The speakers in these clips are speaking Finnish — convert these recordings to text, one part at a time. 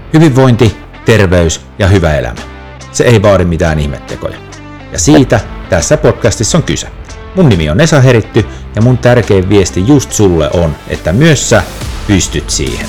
Hyvinvointi, terveys ja hyvä elämä. Se ei vaadi mitään ihmettekoja. Ja siitä tässä podcastissa on kyse. Mun nimi on Esa Heritty ja mun tärkein viesti just sulle on, että myös sä pystyt siihen.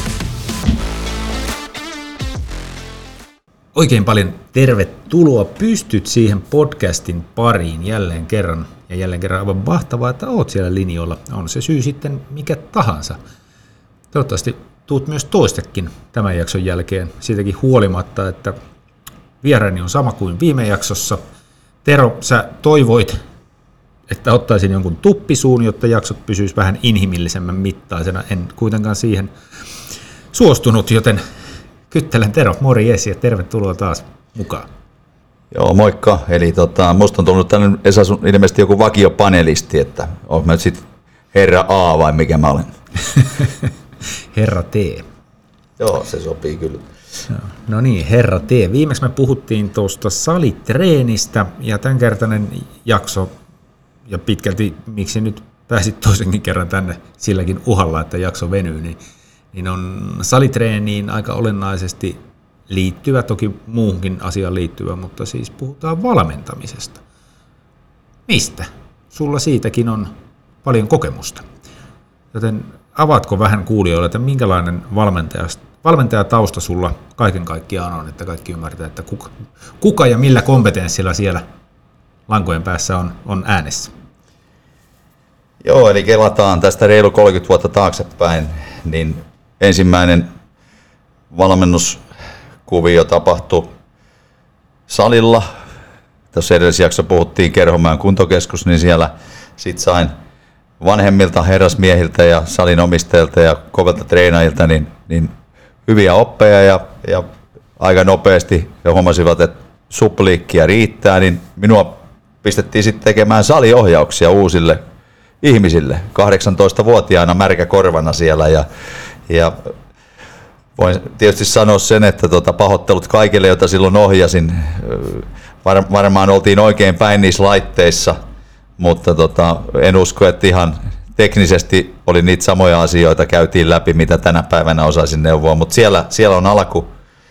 Oikein paljon tervetuloa Pystyt siihen podcastin pariin jälleen kerran. Ja jälleen kerran aivan mahtavaa, että oot siellä linjoilla. On se syy sitten mikä tahansa. Toivottavasti tuut myös toistekin tämän jakson jälkeen. Siitäkin huolimatta, että vieraani on sama kuin viime jaksossa. Tero, sä toivoit, että ottaisin jonkun tuppisuun, jotta jaksot pysyis vähän inhimillisemmän mittaisena. En kuitenkaan siihen suostunut, joten kyttelen Tero, morjes ja tervetuloa taas mukaan. Joo, moikka. Eli musta on tullut tänne Esa sun ilmeisesti joku vakiopanelisti, että oon mä sit herra A vai mikä mä olen? Herra T. Joo, se sopii kyllä. No niin, herra T. Viimeksi me puhuttiin tuosta salitreenistä ja tämänkertainen jakso, ja pitkälti miksi nyt pääsit toisenkin kerran tänne silläkin uhalla, että jakso venyy, niin on salitreeniin aika olennaisesti liittyvä, toki muuhunkin asiaan liittyvä, mutta siis puhutaan valmentamisesta. Mistä? Sulla siitäkin on paljon kokemusta. Joten avaatko vähän kuulijoille, että minkälainen valmentajatausta sulla kaiken kaikkiaan on, että kaikki ymmärtää, että kuka ja millä kompetenssilla siellä lankojen päässä on äänessä? Joo, eli kelataan tästä reilu 30 vuotta taaksepäin, niin ensimmäinen valmennuskuvio tapahtui salilla. Tässä edellisessä jaksossa puhuttiin Kerhomäen kuntokeskus, niin siellä sitten sain vanhemmilta herrasmiehiltä ja salin omistajilta ja kovilta treenaajilta niin hyviä oppeja ja aika nopeasti he huomasivat, että supliikkia riittää, niin minua pistettiin sitten tekemään saliohjauksia uusille ihmisille 18-vuotiaana märkäkorvana siellä ja voin tietysti sanoa sen, että pahoittelut kaikille, joita silloin ohjasin. Varmaan oltiin oikein päin niissä laitteissa, mutta en usko, että ihan teknisesti oli niitä samoja asioita käytiin läpi, mitä tänä päivänä osaisin neuvoa, mutta siellä on alku.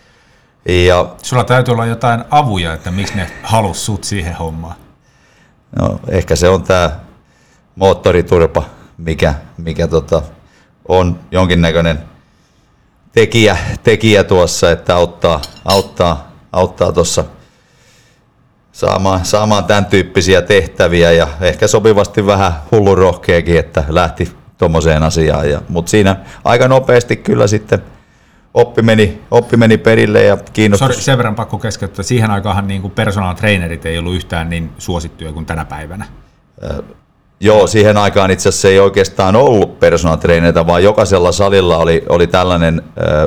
Ja sulla täytyy olla jotain avuja, että miksi ne halusi sut siihen hommaan? No, ehkä se on tämä moottoriturpa, mikä on jonkinnäköinen tekijä tuossa, että auttaa tuossa saamaan tämän tyyppisiä tehtäviä ja ehkä sopivasti vähän hullurohkeakin, että lähti tuommoiseen asiaan. Mutta siinä aika nopeasti kyllä sitten oppi meni perille ja kiinnostus. Sori, sen verran pakko keskeyttää. Siihen aikaanhan niin personal trainerit ei ollut yhtään niin suosittuja kuin tänä päivänä. Joo, siihen aikaan itse asiassa ei oikeastaan ollut personal trainereita, vaan jokaisella salilla oli tällainen,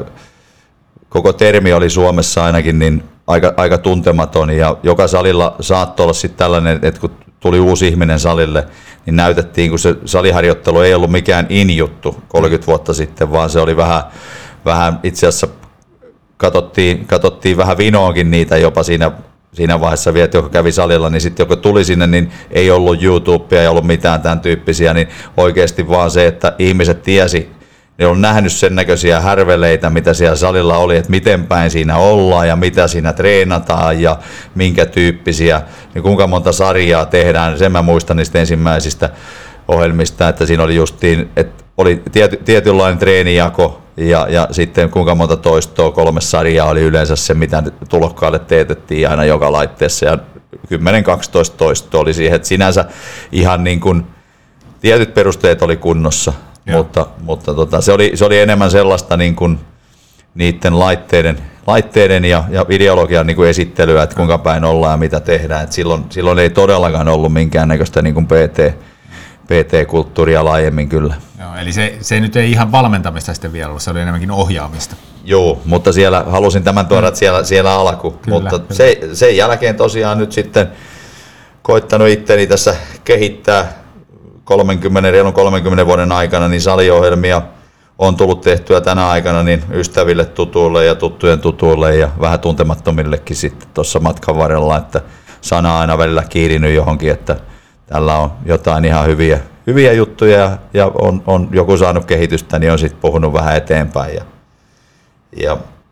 koko termi oli Suomessa ainakin niin aika tuntematon, ja joka salilla saattoi olla sitten tällainen, että kun tuli uusi ihminen salille, niin näytettiin, kun se saliharjoittelu ei ollut mikään in-juttu 30 vuotta sitten, vaan se oli vähän itse asiassa katsottiin vähän vinoonkin niitä jopa siinä vaiheessa vielä, että joka kävi salilla, niin sitten joka tuli sinne, niin ei ollut YouTubea, ei ollut mitään tämän tyyppisiä, niin oikeasti vaan se, että ihmiset tiesi, ne on nähnyt sen näköisiä härveleitä, mitä siellä salilla oli, että miten päin siinä ollaan ja mitä siinä treenataan ja minkä tyyppisiä, niin kuinka monta sarjaa tehdään. Sen mä muistan niistä ensimmäisistä ohjelmista, että siinä oli justiin, että oli tietynlainen treenijako ja sitten kuinka monta toistoa, 3 sarjaa oli yleensä se, mitä tulokkaalle teetettiin aina joka laitteessa ja 10-12 toistoa oli siihen, että sinänsä ihan niin kuin tietyt perusteet oli kunnossa. Mutta se oli enemmän sellaista niin kuin niiden laitteiden ja ideologian niin kuin esittelyä, että kuinka päin ollaan ja mitä tehdään. Et silloin ei todellakaan ollut minkäännäköistä niin kuin PT-kulttuuria laajemmin kyllä. Joo, eli se nyt ei ihan valmentamista sitten vielä ollut, se oli enemmänkin ohjaamista. Joo, mutta halusin tämän tuoda, että siellä alku. Kyllä, mutta kyllä. Sen jälkeen tosiaan nyt sitten koittanut itteni tässä kehittää reilun 30 vuoden aikana, niin saliohjelmia on tullut tehtyä tänä aikana niin ystäville, tutuille ja tuttujen tutuille ja vähän tuntemattomillekin sitten tuossa matkan varrella, että sana aina välillä kiirinyt johonkin, että tällä on jotain ihan hyviä juttuja ja on joku saanut kehitystä, niin on sitten puhunut vähän eteenpäin. Ja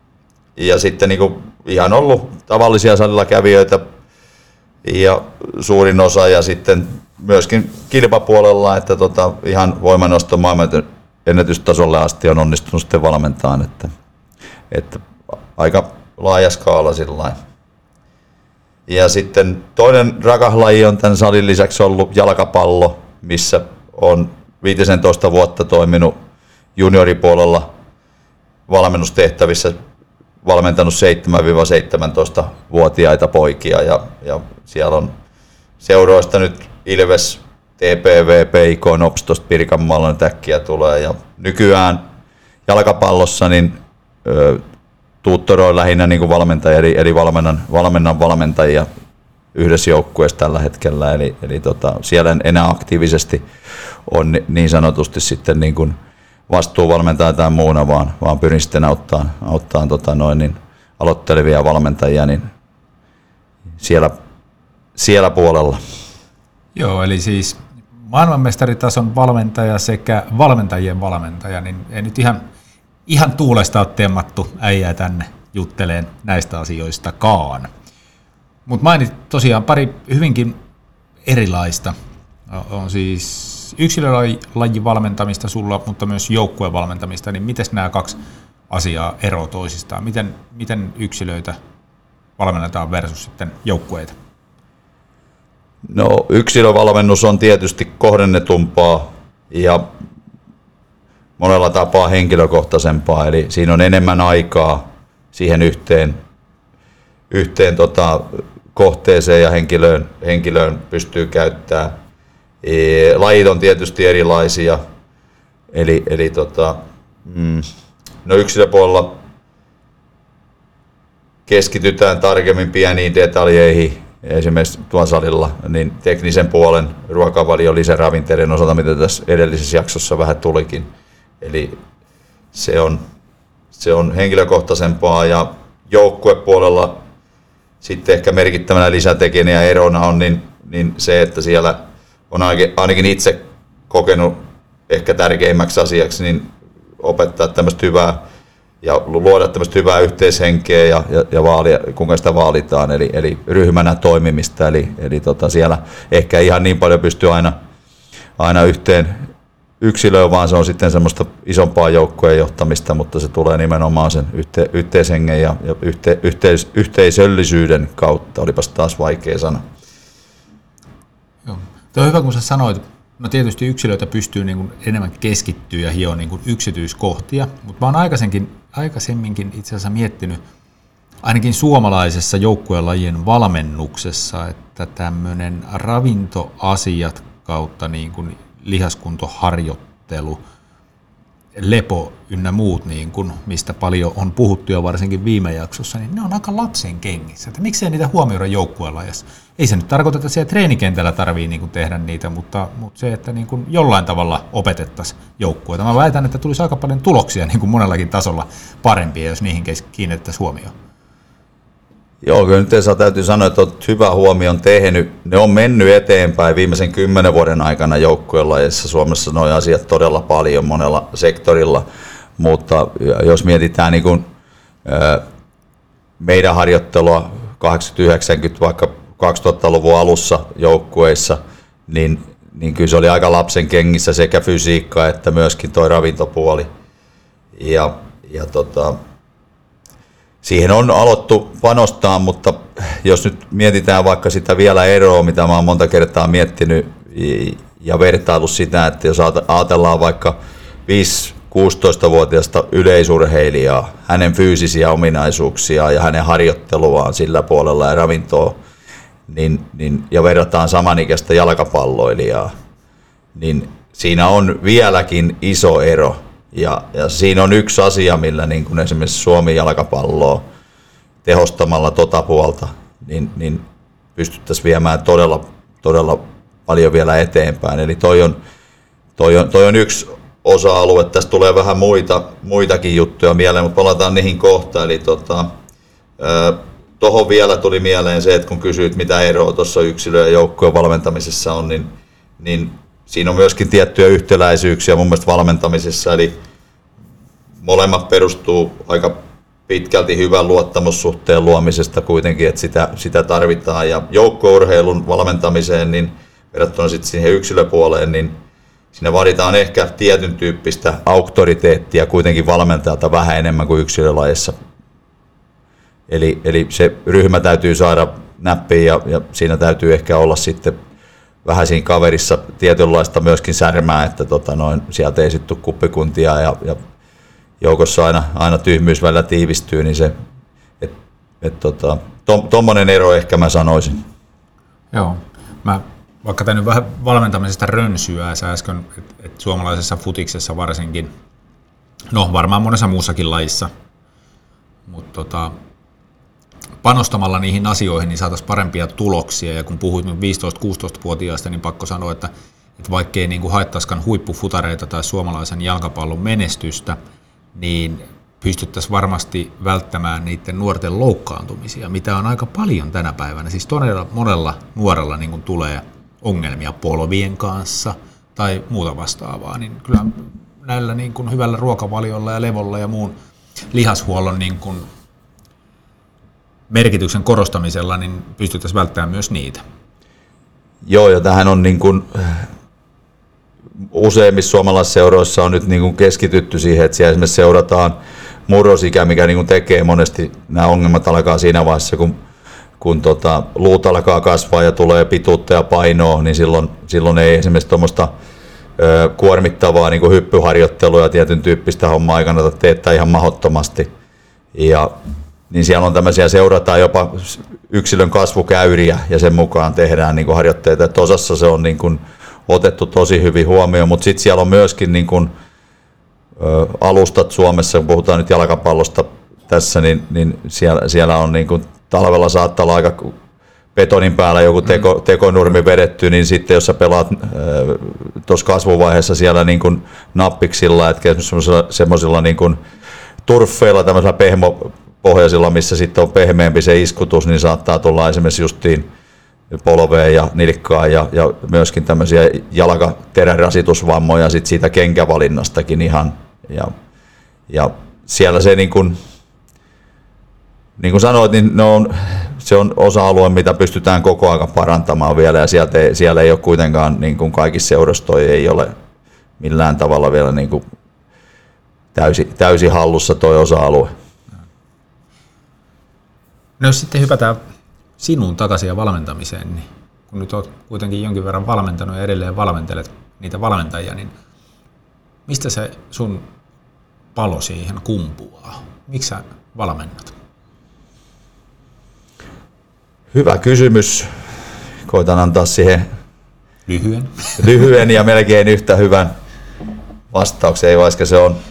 ja sitten niin kuin ihan ollut tavallisia salilla kävijöitä ja suurin osa ja sitten myöskin kilpapuolella, että ihan voimanosto maailman ennätystasolle asti on onnistunut sitten valmentamaan, että aika laaja skaala sillain. Ja sitten toinen rakas laji on tämän salin lisäksi ollut jalkapallo, missä on 15 vuotta toiminut junioripuolella valmennustehtävissä, valmentanut 7-17-vuotiaita poikia ja siellä on seuroista nyt Ilves, TPV, PIK, Nopstosta, Pirkanmaalla äkkiä tulee ja nykyään jalkapallossa niin tuuttoroi lähinnä niin kuin valmentajia, eli valmennan valmentajia yhdessä joukkueessa tällä hetkellä, eli siellä en enää aktiivisesti on niin sanotusti sitten niin kuin vastuuvalmentaja tai muuna, vaan pyrin sitten auttaa niin aloittelevia valmentajia niin siellä puolella. Joo, eli siis maailmanmestaritason valmentaja sekä valmentajien valmentaja, niin ei nyt ihan tuulesta ole temmattu äijää tänne jutteleen näistä asioistakaan. Mutta mainit tosiaan pari hyvinkin erilaista. On siis yksilölajin valmentamista sulla, mutta myös joukkueen valmentamista, niin miten nämä kaksi asiaa eroavat toisistaan? Miten yksilöitä valmennetaan versus sitten joukkueita? No yksilövalmennus on tietysti kohdennetumpaa ja monella tapaa henkilökohtaisempaa, eli siinä on enemmän aikaa siihen yhteen kohteeseen ja henkilöön pystyy käyttämään. Lajit on tietysti erilaisia, eli yksilöpuolella keskitytään tarkemmin pieniin detaljeihin, esimerkiksi tuon salilla, niin teknisen puolen ruokavalion lisäravinteiden osalta, mitä tässä edellisessä jaksossa vähän tulikin. Eli se on henkilökohtaisempaa ja joukkuepuolella sitten ehkä merkittävänä lisätekijänä ja erona on niin se, että siellä on ainakin itse kokenut ehkä tärkeimmäksi asiaksi niin opettaa tämmöistä hyvää ja luoda tämmöistä hyvää yhteishenkeä ja vaalia, kuinka sitä vaalitaan, eli ryhmänä toimimista, eli siellä ehkä ihan niin paljon pystyy aina yhteen yksilöön, vaan se on sitten semmoista isompaa joukkojen johtamista, mutta se tulee nimenomaan sen yhteishengen ja yhteisöllisyyden kautta, olipas taas vaikea sana. Joo. Tuo on hyvä, kun sä sanoit, no tietysti yksilöitä pystyy niin kuin enemmän keskittyä ja hioa niin kuin yksityiskohtia, mutta mä oon aikaisemminkin itse asiassa miettinyt, ainakin suomalaisessa joukkuelajien valmennuksessa, että tämmöinen ravintoasiat kautta niin kuin lihaskuntoharjoittelu, lepo ynnä muut, niin kuin, mistä paljon on puhuttu jo varsinkin viime jaksossa, niin ne on aika lapsen kengissä. Että miksei niitä huomioida joukkuelajassa? Ei se nyt tarkoita, että siellä treenikentällä tarvii niin kuin tehdä niitä, mutta se, että niin kuin jollain tavalla opetettaisiin joukkueita. Mä väitän, että tulisi aika paljon tuloksia niin kuin monellakin tasolla parempia, jos niihin kiinnitettäisiin huomioon. Joo, kyllä nyt täytyy sanoa, että olet hyvä huomion tehnyt. Ne on mennyt eteenpäin viimeisen 10 vuoden aikana joukkuelajeissa. Suomessa nuo asiat todella paljon monella sektorilla, mutta jos mietitään niin kuin, meidän harjoittelua 80-90, vaikka 2000-luvun alussa joukkueissa, niin kyllä se oli aika lapsen kengissä sekä fysiikka että myöskin tuo ravintopuoli. Siihen on alettu panostaa, mutta jos nyt mietitään vaikka sitä vielä eroa, mitä mä oon monta kertaa miettinyt ja vertailu sitä, että jos ajatellaan vaikka 5-16-vuotiaasta yleisurheilijaa, hänen fyysisiä ominaisuuksia ja hänen harjoitteluaan sillä puolella ja ravintoa, ja verrataan samanikäistä jalkapalloilijaa, niin siinä on vieläkin iso ero. Ja siinä on yksi asia, millä niin kuin esimerkiksi Suomi jalkapalloa tehostamalla tota puolta, niin pystyttäisiin viemään todella paljon vielä eteenpäin. Eli toi on yksi osa-alue. Tästä tulee vähän muitakin juttuja mieleen, mutta palataan niihin kohta. Eli tuohon vielä tuli mieleen se, että kun kysyit, mitä eroa tuossa yksilö- ja joukkueen valmentamisessa on, niin siinä on myöskin tiettyjä yhtäläisyyksiä mun mielestä valmentamisessa, eli molemmat perustuu aika pitkälti hyvän luottamussuhteen luomisesta kuitenkin, että sitä tarvitaan. Ja joukkueurheilun valmentamiseen, niin verrattuna sitten siihen yksilöpuoleen, niin siinä vaaditaan ehkä tietyn tyyppistä auktoriteettia kuitenkin valmentajalta vähän enemmän kuin yksilölajissa. Eli se ryhmä täytyy saada näppiin ja siinä täytyy ehkä olla sitten vähän siinä kaverissa tietynlaista myöskin särmää, että sieltä ei sitten tule kuppikuntia ja joukossa aina tyhmyys välillä tiivistyy, niin se, tommonen ero ehkä mä sanoisin. Joo, vaikka tämä nyt vähän valmentamisesta rönsyä äsken, että suomalaisessa futiksessa varsinkin, no varmaan monessa muussakin lajissa, mutta panostamalla niihin asioihin niin saataisiin parempia tuloksia, ja kun puhuit nyt 15-16-vuotiaista, niin pakko sanoa, että vaikkei niin kuin haittaisikaan huippufutareita tai suomalaisen jalkapallon menestystä, niin pystyttäisiin varmasti välttämään niiden nuorten loukkaantumisia, mitä on aika paljon tänä päivänä. Siis todella monella nuorella niin kuin tulee ongelmia polvien kanssa tai muuta vastaavaa, niin kyllä näillä niin kuin hyvällä ruokavaliolla ja levolla ja muun lihashuollon niin kuin merkityksen korostamisella niin pystyttäisiin välttämään myös niitä. Joo, ja tähän on niin kuin useimmissa suomalaisseuroissa on nyt niin kuin keskitytty siihen, että siellä esimerkiksi seurataan murrosikä, mikä niin kuin tekee monesti, nämä ongelmat alkaa siinä vaiheessa, kun luut alkaa kasvaa ja tulee pituutta ja painoa, niin silloin ei esimerkiksi tuommoista kuormittavaa niin kuin hyppyharjoittelua ja tietyn tyyppistä hommaa ei kannata teettää ihan mahdottomasti. Niin siellä on tämmöisiä, seurataan jopa yksilön kasvukäyriä ja sen mukaan tehdään niin kuin harjoitteita. Että osassa se on niin kuin otettu tosi hyvin huomioon, mutta sitten siellä on myöskin niin kuin, alustat Suomessa, kun puhutaan nyt jalkapallosta tässä, niin siellä on niin kuin, talvella saattaa olla aika betonin päällä joku tekonurmi vedetty, niin sitten jos sä pelaat tuossa kasvuvaiheessa siellä niin kuin nappiksilla, että semmoisilla niin kuin turffeilla, tämmöisillä pehmopohjaisilla, missä sitten on pehmeämpi se iskutus, niin saattaa tulla esimerkiksi justiin polveen ja nilkkaan ja myöskin tämmöisiä jalkaterän rasitusvammoja sit siitä kenkävalinnastakin ihan. Ja siellä se niin kuin sanoit, niin se on osa-alue, mitä pystytään koko ajan parantamaan vielä, ja siellä ei ole kuitenkaan, niin kuin kaikissa seuroissa ei ole millään tavalla vielä niin kuin täysin hallussa tuo osa-alue. No jos sitten hypätään sinun takaisin ja valmentamiseen, niin kun nyt olet kuitenkin jonkin verran valmentanut ja edelleen valmentelet niitä valmentajia, niin mistä se sun palo siihen kumpuaa? Miksi sä valmennat? Hyvä kysymys. Koitan antaa siihen lyhyen ja melkein yhtä hyvän vastauksen. Ei vaikka se on.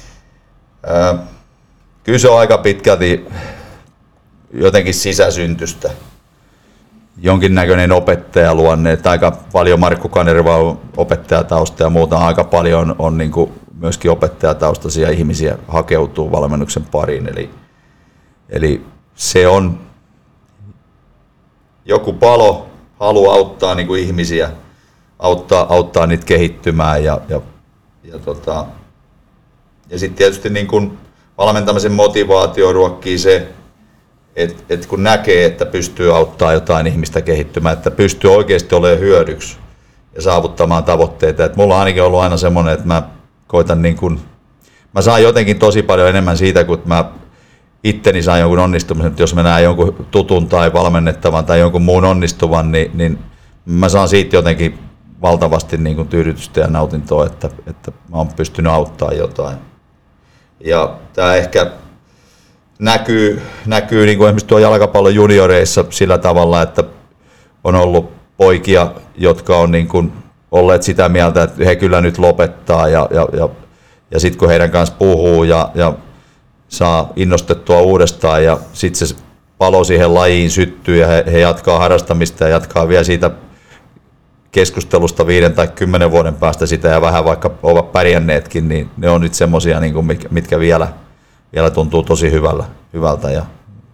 Kyllä se on aika pitkälti jotenkin sisäsyntystä. Jonkinnäköinen opettajaluonne, että aika paljon Markku Kanerva on opettajatausta ja muuta, aika paljon on niin kuin myöskin opettajataustaisia ihmisiä hakeutuu valmennuksen pariin. Eli se on joku palo, halu auttaa niin kuin ihmisiä, auttaa niitä kehittymään ja sitten tietysti niin kuin valmentamisen motivaatio ruokkii se, että kun näkee, että pystyy auttaa jotain ihmistä kehittymään, että pystyy oikeasti olemaan hyödyksi ja saavuttamaan tavoitteita. Et mulla on ainakin ollut aina semmoinen, että mä koitan niin kun, mä saan jotenkin tosi paljon enemmän siitä, kun mä itteni saan jonkun onnistumisen. Että jos mä näen jonkun tutun tai valmennettavan tai jonkun muun onnistuvan, niin mä saan siitä jotenkin valtavasti niin kun tyydytystä ja nautintoa, että mä oon pystynyt auttamaan jotain. Ja tää ehkä näkyy niin kuin esimerkiksi tuo jalkapallon junioreissa sillä tavalla, että on ollut poikia, jotka on niin kuin olleet sitä mieltä, että he kyllä nyt lopettaa ja sitten kun heidän kanssa puhuu ja saa innostettua uudestaan ja sitten se palo siihen lajiin syttyy ja he jatkaa harrastamista ja jatkaa vielä siitä keskustelusta 5 tai 10 vuoden päästä sitä ja vähän vaikka ovat pärjänneetkin, niin ne on nyt semmoisia, niin kuin mitkä vielä tuntuu tosi hyvältä ja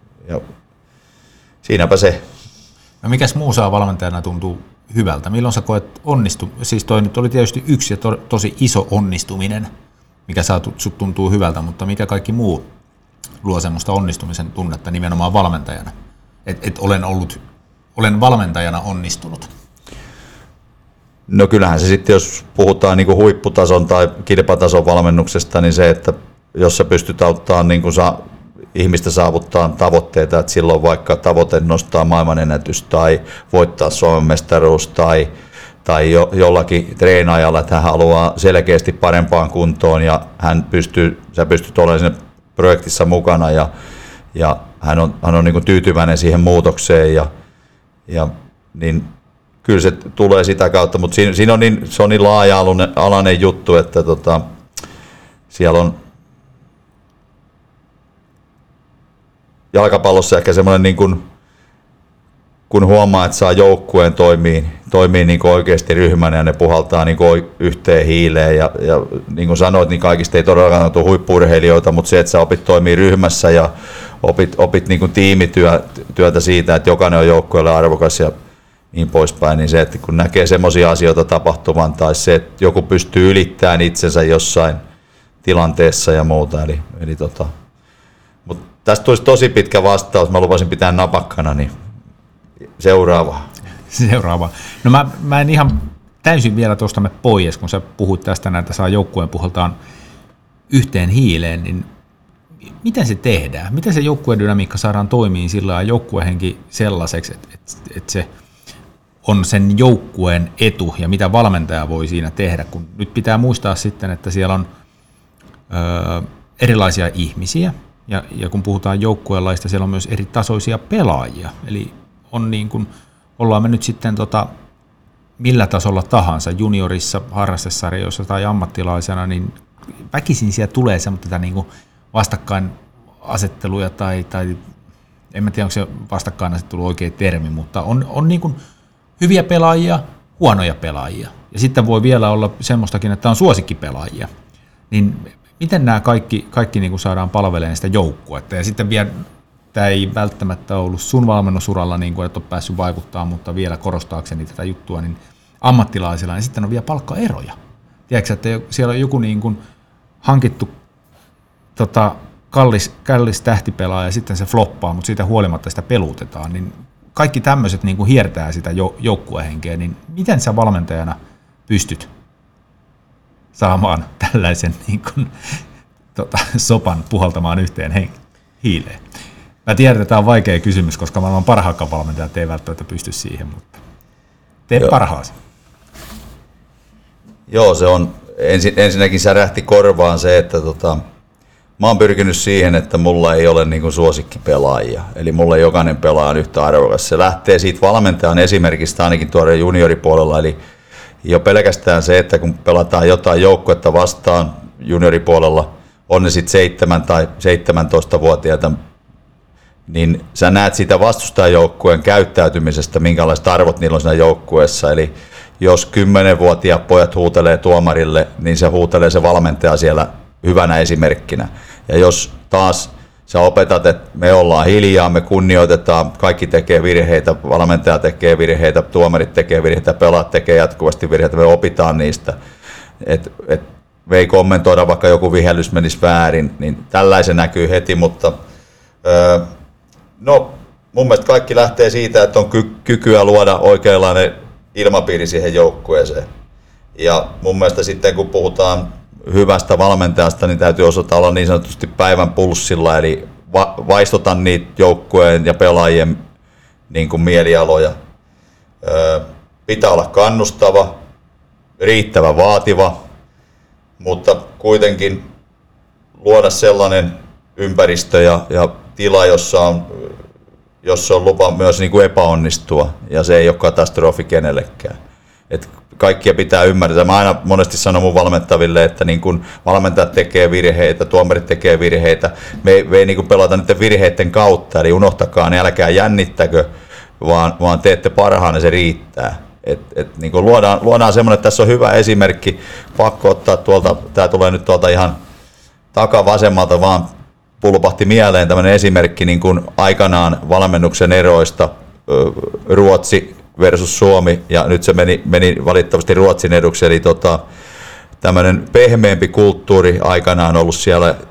siinäpä se. No mikäs muu saa valmentajana tuntuu hyvältä? Milloin sä koet siis toi nyt oli tietysti yksi ja tosi iso onnistuminen, mikä sut tuntuu hyvältä, mutta mikä kaikki muu luo semmoista onnistumisen tunnetta nimenomaan valmentajana? Et olen valmentajana onnistunut. No kyllähän se sitten, jos puhutaan niin kuin huipputason tai kilpatason valmennuksesta, niin se, että jos sä pystyt auttamaan niin kuin ihmistä saavuttaa tavoitteita, että silloin vaikka tavoite nostaa maailmanennätys tai voittaa Suomen mestaruus tai jollakin treenaajalla, että hän haluaa selkeästi parempaan kuntoon ja sä pystyt olemaan siinä projektissa mukana ja hän on niin kuin tyytyväinen siihen muutokseen ja niin kyllä se tulee sitä kautta, mutta siinä on se on niin laaja-alainen juttu, että siellä on jalkapallossa ehkä semmoinen, niin kun huomaa, että saa joukkueen toimii niin kuin oikeasti ryhmänä ja ne puhaltaa niin kuin yhteen hiileen ja niin kuin sanoit, niin kaikista ei todellakaan ole huippu-urheilijoita, mutta se, että sä opit toimii ryhmässä ja opit niin kuin tiimityötä siitä, että jokainen on joukkueelle arvokas ja niin poispäin, niin se, että kun näkee semmoisia asioita tapahtuvan tai se, että joku pystyy ylittämään itsensä jossain tilanteessa ja muuta, mutta tästä tulisi tosi pitkä vastaus, mä lupasin pitää napakkana, niin seuraava. No mä en ihan täysin vielä tuosta me pois, kun sä puhut tästä, että saa joukkueen puhaltaan yhteen hiileen, niin miten se tehdään? Miten se joukkueen dynamiikka saadaan toimimaan sillä lailla joukkuehenki sellaiseksi, että se on sen joukkueen etu ja mitä valmentaja voi siinä tehdä, kun nyt pitää muistaa sitten, että siellä on erilaisia ihmisiä ja kun puhutaan joukkueenlaista, siellä on myös eri tasoisia pelaajia, eli on niin kuin, ollaan me nyt sitten millä tasolla tahansa, juniorissa, harrastesarjoissa tai ammattilaisena, niin väkisin siellä tulee semmoista niin kuin vastakkainasetteluja tai en mä tiedä, onko se vastakkainasettelu oikea termi, mutta on niin kuin hyviä pelaajia, huonoja pelaajia. Ja sitten voi vielä olla semmoistakin, että on suosikkipelaajia. Niin miten nämä kaikki niin kuin saadaan palvelemaan sitä joukkuetta? Ja sitten vielä, tämä ei välttämättä ollut sun valmennusuralla, niin kuin et ole päässyt vaikuttaa, mutta vielä korostaakseni tätä juttua, niin ammattilaisilla, niin sitten on vielä palkkaeroja. Tiedätkö, että siellä on joku niin kuin hankittu kallis tähtipelaaja ja sitten se floppaa, mutta siitä huolimatta sitä pelutetaan, niin kaikki tämmöiset niin kuin hiertää sitä joukkuehenkeä, niin miten sä valmentajana pystyt saamaan tällaisen niin kuin, sopan puhaltamaan yhteen hiileen? Mä tiedän, että tämä on vaikea kysymys, koska maailman parhaatkaan valmentajat ei välttämättä pysty siihen, mutta tee parhaasi. Joo, se on ensinnäkin särähti korvaan se, että mä oon pyrkinyt siihen, että mulla ei ole niin kuin suosikkipelaajia. Eli mulla jokainen pelaaja on yhtä arvokas. Se lähtee siitä valmentajan esimerkistä ainakin tuolla junioripuolella. Eli jo pelkästään se, että kun pelataan jotain joukkuetta vastaan junioripuolella, on ne sitten 7 tai 17-vuotiaita, niin sä näet sitä vastustajajoukkueen käyttäytymisestä, minkälaiset arvot niillä on siinä joukkueessa. Eli jos 10-vuotiaat pojat huutelee tuomarille, niin se huutelee se valmentaja siellä hyvänä esimerkkinä. Ja jos taas sä opetat, että me ollaan hiljaa, me kunnioitetaan, kaikki tekee virheitä, valmentaja tekee virheitä, tuomarit tekee virheitä, pelaat tekee jatkuvasti virheitä, me opitaan niistä. Me ei kommentoida, vaikka joku vihellys menisi väärin, niin tällaisen näkyy heti, mutta mun mielestä kaikki lähtee siitä, että on kykyä luoda oikeanlainen ilmapiiri siihen joukkueeseen. Ja mun mielestä sitten kun puhutaan hyvästä valmentajasta, niin täytyy osata olla niin sanotusti päivän pulssilla, eli vaistota niitä joukkueen ja pelaajien niin kuin mielialoja. Pitää olla kannustava, riittävän vaativa, mutta kuitenkin luoda sellainen ympäristö ja tila, jossa on lupa myös niin kuin epäonnistua, ja se ei ole katastrofi kenellekään. Kaikkia pitää ymmärtää. Mä aina monesti sanon mun valmentaville, että niin kun valmentajat tekee virheitä, tuomarit tekee virheitä, me ei niin kun pelata niiden virheiden kautta, eli unohtakaa ne, älkää jännittäkö, vaan teette parhaanne, se riittää. Niin kun luodaan semmoinen, että tässä on hyvä esimerkki, pakko ottaa tuolta, tämä tulee nyt tuolta ihan takavasemmalta, vaan pulpahti mieleen tämmöinen esimerkki niin kun aikanaan valmennuksen eroista, Ruotsi versus Suomi, ja nyt se meni valitettavasti Ruotsin eduksi, eli tämmöinen pehmeämpi kulttuuri aikanaan ollut siellä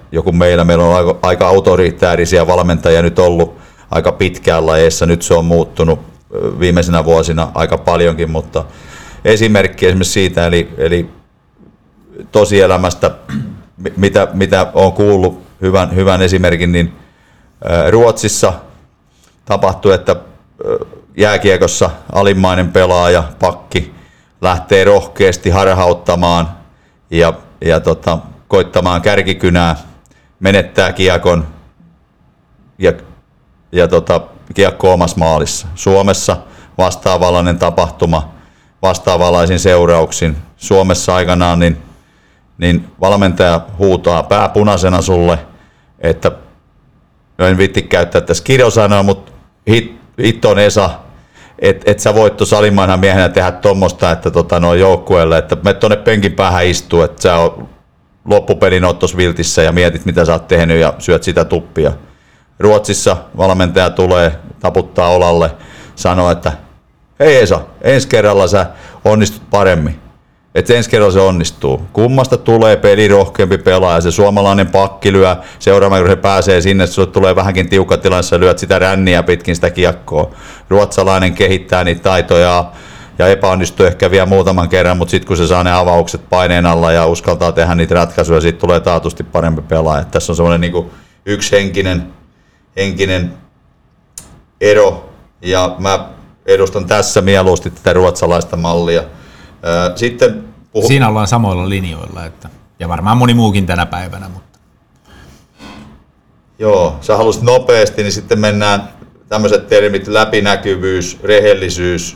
joku meillä on aika autoritäärisiä valmentajia nyt ollut aika pitkään lajeissa, nyt se on muuttunut viimeisenä vuosina aika paljonkin, mutta esimerkki esimerkiksi siitä, eli tosielämästä, mitä olen kuullut, hyvän esimerkin, niin Ruotsissa tapahtui, että jääkiekossa alimmainen pelaaja, pakki, lähtee rohkeasti harhauttamaan ja koittamaan kärkikynää, menettää kiekon ja kiekko omassa maalissa. Suomessa vastaavanlainen tapahtuma, vastaavanlaisin seurauksin. Suomessa aikanaan niin valmentaja huutaa pääpunaisena sulle, että en viitti käyttää tässä kirjosanoa, mutta hitton Esa, et sä voit tuossa alimmaina miehenä tehdä tuommoista, että joukkueelle, että me tuonne penkin päähän istuu, että sä oot loppupelin oot tuossa viltissä ja mietit mitä sä oot tehnyt ja syöt sitä tuppia. Ruotsissa valmentaja tulee, taputtaa olalle, sanoo, että hei Esa, ensi kerralla sä onnistut paremmin. Että ensi kerralla se onnistuu. Kummasta tulee pelirohkeampi pelaaja, se suomalainen pakki lyö, seuraavana kun se pääsee sinne, sulle tulee vähänkin tiukka tilanne, sä lyöt sitä ränniä pitkin sitä kiekkoa. Ruotsalainen kehittää niitä taitoja ja epäonnistuu ehkä vielä muutaman kerran, mutta sitten kun se saa ne avaukset paineen alla ja uskaltaa tehdä niitä ratkaisuja, siitä tulee taatusti parempi pelaaja. Tässä on semmoinen niinku yksi henkinen ero ja mä edustan tässä mieluusti tätä ruotsalaista mallia. Sitten siinä ollaan samoilla linjoilla, ja varmaan moni muukin tänä päivänä. Mutta. Joo, sä haluaisit nopeasti, niin sitten mennään tämmöiset termit, läpinäkyvyys, rehellisyys,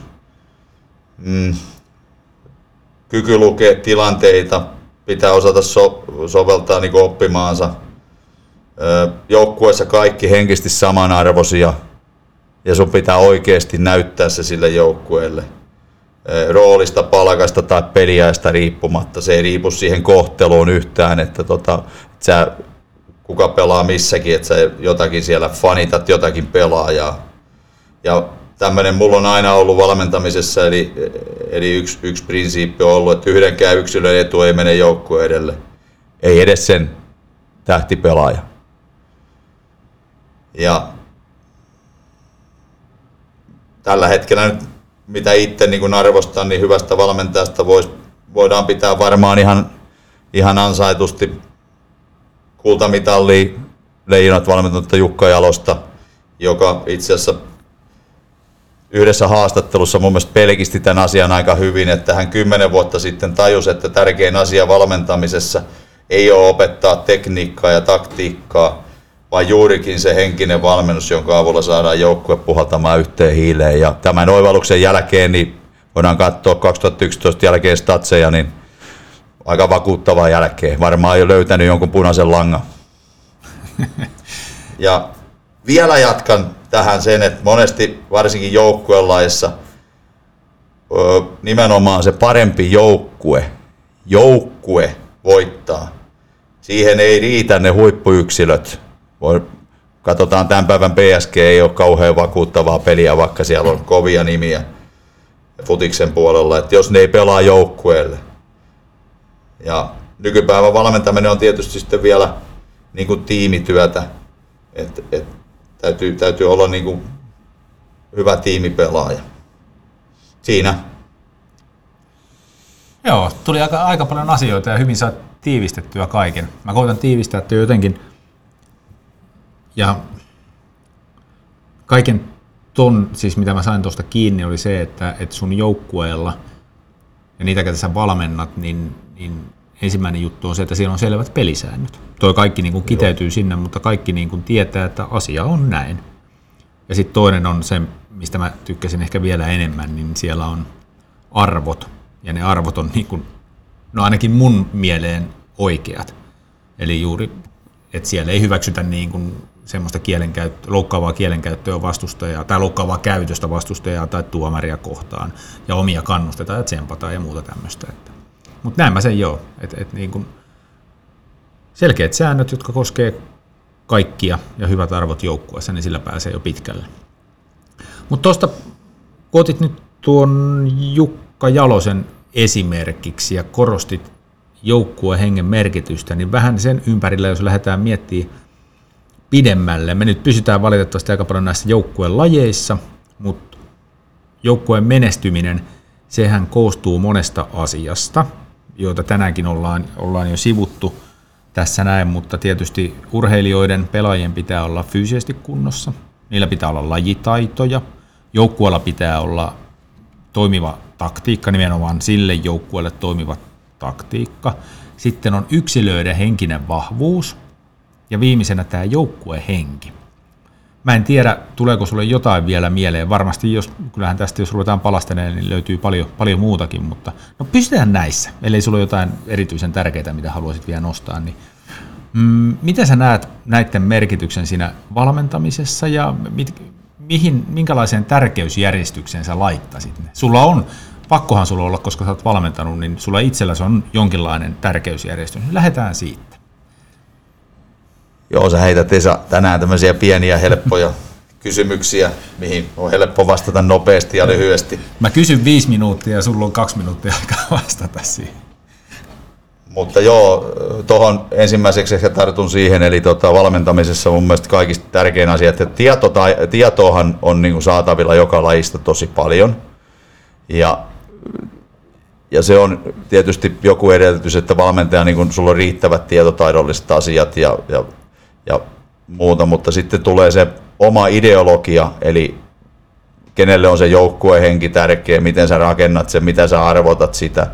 kyky lukea tilanteita, pitää osata soveltaa niin kuin oppimaansa. Joukkueessa kaikki henkisesti samanarvoisia, ja sun pitää oikeasti näyttää se sille joukkueelle. Roolista, palkasta tai peliäistä riippumatta. Se ei riipu siihen kohteluun yhtään, että sä, kuka pelaa missäkin, että sä jotakin siellä fanitat jotakin pelaajaa. Ja tämmöinen mulla on aina ollut valmentamisessa, eli yksi prinsiippi on ollut, että yhdenkään yksilön etu ei mene joukkueen edelle. Ei edes sen tähtipelaaja. Ja tällä hetkellä nyt mitä itse niin arvostan, niin hyvästä valmentajasta voidaan pitää varmaan ihan ansaitusti kultamitallia Leijonat valmentanutta Jukka Jalosta, joka itse asiassa yhdessä haastattelussa mun mielestä pelkisti tämän asian aika hyvin, että hän 10 vuotta sitten tajusi, että tärkein asia valmentamisessa ei ole opettaa tekniikkaa ja taktiikkaa, vaan juurikin se henkinen valmennus, jonka avulla saadaan joukkue puhaltamaan yhteen hiileen. Ja tämän oivalluksen jälkeen, niin voidaan katsoa 2011 jälkeen statseja, niin aika vakuuttavaa jälkeen. Varmaan jo löytänyt jonkun punaisen langan. Ja vielä jatkan tähän sen, että monesti varsinkin joukkuelaissa nimenomaan se parempi joukkue voittaa. Siihen ei riitä ne huippuyksilöt. Katsotaan tämän päivän PSG ei ole kauhean vakuuttavaa peliä, vaikka siellä on kovia nimiä futiksen puolella, että jos ne ei pelaa joukkueelle. Ja nykypäivän valmentaminen on tietysti sitten vielä niin kuin tiimityötä, että täytyy olla niin kuin hyvä tiimipelaaja. Siinä. Joo, tuli aika paljon asioita ja hyvin saa tiivistettyä kaiken. Mä koitan tiivistää että jotenkin. Ja kaiken ton, siis mitä mä sain tuosta kiinni, oli se, että sun joukkueella ja niitä, ketä sä valmennat, niin ensimmäinen juttu on se, että siellä on selvät pelisäännöt. Toi kaikki niin kuin kiteytyy sinne, mutta kaikki niin kuin tietää, että asia on näin. Ja sitten toinen on se, mistä mä tykkäsin ehkä vielä enemmän, niin siellä on arvot. Ja ne arvot on niin kuin, no ainakin mun mieleen oikeat. Eli juuri, että siellä ei hyväksytä niin kuin semmoista loukkaavaa kielenkäyttöä vastustajaa tai loukkaavaa käytöstä vastustajaa tai tuomaria kohtaan ja omia kannustetaan ja tsempataan ja muuta tämmöistä. Mutta näin mä sen joo, että niin kuin selkeät säännöt, jotka koskee kaikkia ja hyvät arvot joukkueessa, niin sillä pääsee jo pitkälle. Mutta tuosta, kun otit nyt tuon Jukka Jalosen esimerkiksi ja korostit joukkuehengen merkitystä, niin vähän sen ympärillä, jos lähdetään miettimään pidemmälle. Me nyt pysytään valitettavasti aika paljon näissä joukkueen lajeissa, mutta joukkueen menestyminen, sehän koostuu monesta asiasta, joita tänäänkin ollaan jo sivuttu tässä näin, mutta tietysti urheilijoiden, pelaajien pitää olla fyysisesti kunnossa, niillä pitää olla lajitaitoja, joukkueella pitää olla toimiva taktiikka, nimenomaan sille joukkueelle toimiva taktiikka. Sitten on yksilöiden henkinen vahvuus ja viimeisenä tämä joukkuehenki. Mä en tiedä, tuleeko sulle jotain vielä mieleen. Varmasti, kyllähän tästä jos ruvetaan palastelemaan, niin löytyy paljon muutakin, mutta no pystytään näissä, ellei sulla ole jotain erityisen tärkeää, mitä haluaisit vielä nostaa. Niin, miten sä näet näiden merkityksen siinä valmentamisessa ja minkälaiseen tärkeysjärjestykseen sä laittaisit ne? Pakkohan sulla olla, koska sä oot valmentanut, niin sulla itselläsi on jonkinlainen tärkeysjärjestys. Lähdetään siitä. Joo, sä heität Esa tänään tämmöisiä pieniä helppoja kysymyksiä, mihin on helppo vastata nopeasti ja lyhyesti. Mä kysyn 5 minuuttia ja sulla on 2 minuuttia aikaa vastata siihen. Mutta joo, tuohon ensimmäiseksi ehkä tartun siihen, eli valmentamisessa mun mielestä kaikista tärkein asia, että tietoahan on niin kuin saatavilla joka lajista tosi paljon. Ja se on tietysti joku edellytys, että valmentaja, niin kun sulla on riittävät tietotaidolliset asiat ja muuta, mutta sitten tulee se oma ideologia, eli kenelle on se joukkuehenki tärkeä, miten sä rakennat sen, mitä sä arvotat sitä,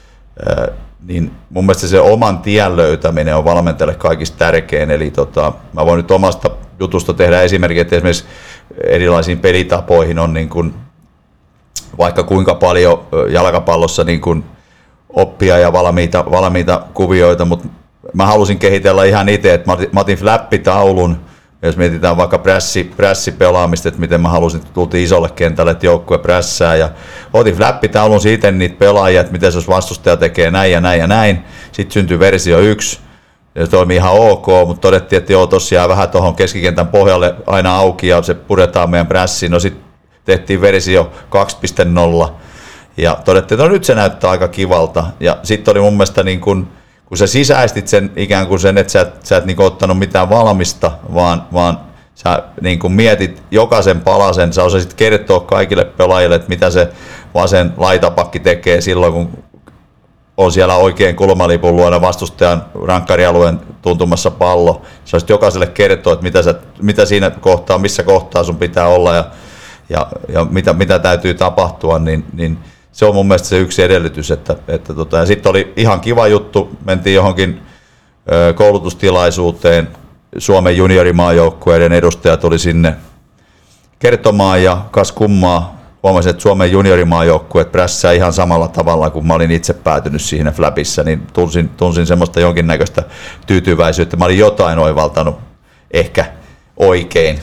niin mun mielestä se oman tien löytäminen on valmentajalle kaikista tärkein, eli mä voin nyt omasta jutusta tehdä esimerkki, että esimerkiksi erilaisiin pelitapoihin on niin kuin vaikka kuinka paljon jalkapallossa niin kuin oppia ja valmiita kuvioita, mutta mä halusin kehitellä ihan itse, että mä otin flappitaulun, jos mietitään vaikka prässipelaamista, että miten mä halusin, että tultiin isolle kentälle, että joukkue prässää, ja otin flappitaulun siitä niitä pelaajia, että miten jos vastustaja tekee näin ja näin ja näin, sitten syntyi versio 1, ja se toimi ihan ok, mutta todettiin, että joo, tossa jää vähän tuohon keskikentän pohjalle aina auki, ja se puretaan meidän prässiin, no sitten tehtiin versio 2.0 ja todettiin, että no nyt se näyttää aika kivalta. Ja sitten oli mun mielestä, niin kun sä sisäistit sen ikään kuin sen, että sä et niin ottanut mitään valmista, vaan sä niin kun mietit jokaisen palasen, sä osasit kertoa kaikille pelaajille, että mitä se vasen laitapakki tekee silloin, kun on siellä oikein kulmalipun luona vastustajan rankkarialueen tuntumassa pallo. Sä osasit jokaiselle kertoa, että mitä siinä kohtaa, missä kohtaa sun pitää olla ja mitä täytyy tapahtua, niin se on mun mielestä se yksi edellytys. Ja sitten oli ihan kiva juttu, mentiin johonkin koulutustilaisuuteen, Suomen juniorimaajoukkueiden edustajat oli sinne kertomaan ja kas kummaa, huomasin, että Suomen juniorimaajoukkueet prässää ihan samalla tavalla kuin mä olin itse päätynyt siinä flapissa, niin tunsin semmoista jonkinnäköistä tyytyväisyyttä. Mä olin jotain oivaltanut ehkä oikein,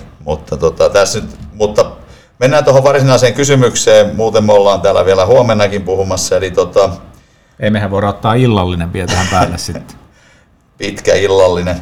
mutta mennään tuohon varsinaiseen kysymykseen, muuten me ollaan täällä vielä huomennakin puhumassa, eli ei mehän voida ottaa illallinen vielä tähän päälle sitten. Pitkä illallinen.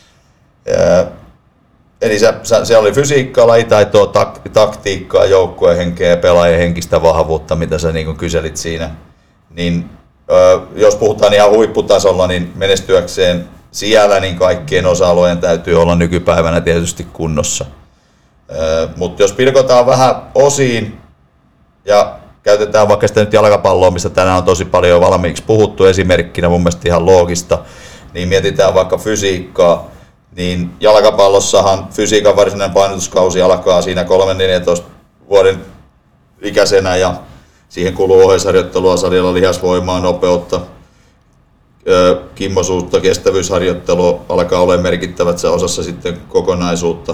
Eli se oli fysiikkaa, lajitaitoa, taktiikkaa, joukkuehenkeä ja pelaajien henkistä vahvuutta, mitä sä niin kyselit siinä. Niin, jos puhutaan ihan huipputasolla, niin menestyäkseen siellä, niin kaikkien osa-alueen täytyy olla nykypäivänä tietysti kunnossa. Mutta jos pilkotaan vähän osiin ja käytetään vaikka sitä nyt jalkapalloa, mistä tänään on tosi paljon valmiiksi puhuttu esimerkkinä, mun mielestä ihan loogista, niin mietitään vaikka fysiikkaa, niin jalkapallossahan fysiikan varsinainen painotuskausi alkaa siinä 3-14 vuoden ikäisenä ja siihen kuluu oheisharjoittelua, salilla lihasvoimaa, nopeutta, kimmosuutta, kestävyysharjoittelua alkaa olla merkittävässä osassa sitten kokonaisuutta.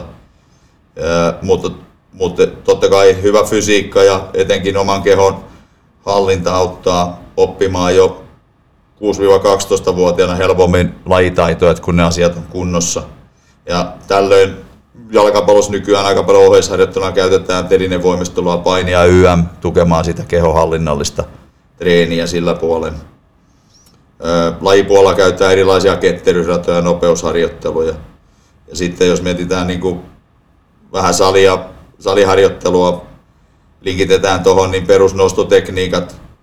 Mutta totta kai hyvä fysiikka ja etenkin oman kehon hallinta auttaa oppimaan jo 6-12-vuotiaana helpommin lajitaitoja, kun ne asiat on kunnossa. Ja tällöin jalkapallossa nykyään aika paljon oheisharjoitteluna käytetään telinevoimistelua, painia YM tukemaan sitä kehonhallinnallista treeniä sillä puolen. Lajipuolella käytetään erilaisia ketteryysratoja ja nopeusharjoitteluja. Ja sitten jos mietitään niin kuin vähän saliharjoittelua, linkitetään tuohon, niin perusnostotekniikat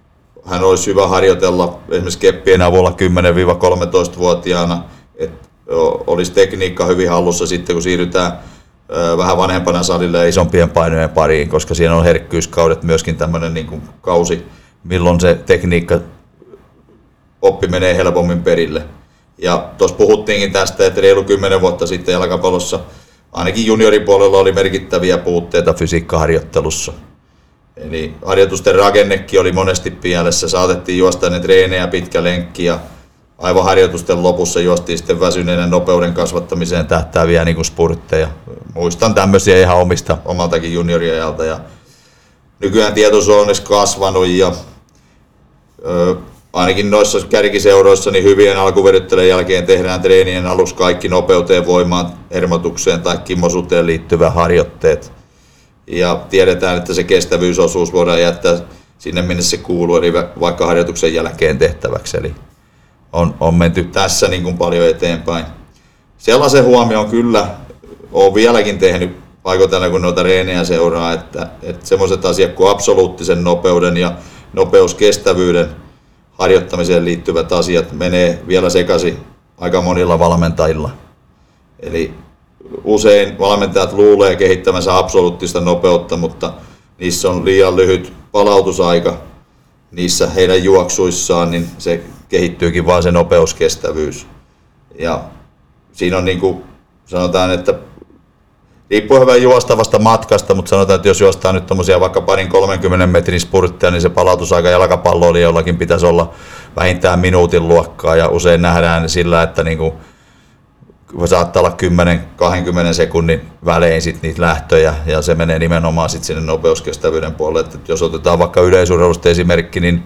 hän olisi hyvä harjoitella esimerkiksi keppien avulla 10-13-vuotiaana, että olisi tekniikka hyvin hallussa sitten, kun siirrytään vähän vanhempana salille ja isompien painojen pariin, koska siinä on herkkyyskaudet myöskin tämmöinen niin kuin kausi, milloin se tekniikka oppi menee helpommin perille. Ja tuossa puhuttiinkin tästä, että reilu 10 vuotta sitten jalkapallossa ainakin junioripuolella oli merkittäviä puutteita fysiikkaharjoittelussa. Eli harjoitusten rakennekin oli monesti pielessä, saatettiin juosta ne treenejä pitkä lenkki ja aivan harjoitusten lopussa juostiin sitten väsyneenä nopeuden kasvattamiseen tähtääviä niin kuin spurtteja. Muistan tämmöisiä ihan omaltakin junioriajalta. Ja nykyään tietoisuus on onneksi kasvanut ja ainakin noissa kärkiseuroissa niin hyvien alkuveryttelyjen jälkeen tehdään treenien aluksi kaikki nopeuteen, voimaan, hermotukseen tai kimmosuuteen liittyvät harjoitteet. Ja tiedetään, että se kestävyysosuus voidaan jättää sinne, minne se kuuluu, eli vaikka harjoituksen jälkeen tehtäväksi. Eli on menty tässä niin kuin paljon eteenpäin. Sellaisen huomioon kyllä olen vieläkin tehnyt paikoitellen, kun noita reenejä seuraa, että semmoiset asiat kuin absoluuttisen nopeuden ja nopeuskestävyyden harjoittamiseen liittyvät asiat menee vielä sekaisin aika monilla valmentajilla. Eli usein valmentajat luulee kehittämänsä absoluuttista nopeutta, mutta niissä on liian lyhyt palautusaika niissä heidän juoksuissaan, niin se kehittyykin vaan se nopeuskestävyys. Ja siinä on niin kuin sanotaan, että riippuu hyvän juostavasta matkasta, mutta sanotaan, että jos juostaan nyt tommosia vaikka 20-30 metrin spurtteja, niin se palautusaika jalkapalloilijoillakin pitäisi olla vähintään minuutin luokkaa, ja usein nähdään sillä, että niinku saattaa olla 10-20 sekunnin välein sit niitä lähtöjä, ja se menee nimenomaan sit sinne nopeuskestävyyden puolelle. Että jos otetaan vaikka yleisurheilusta esimerkki, niin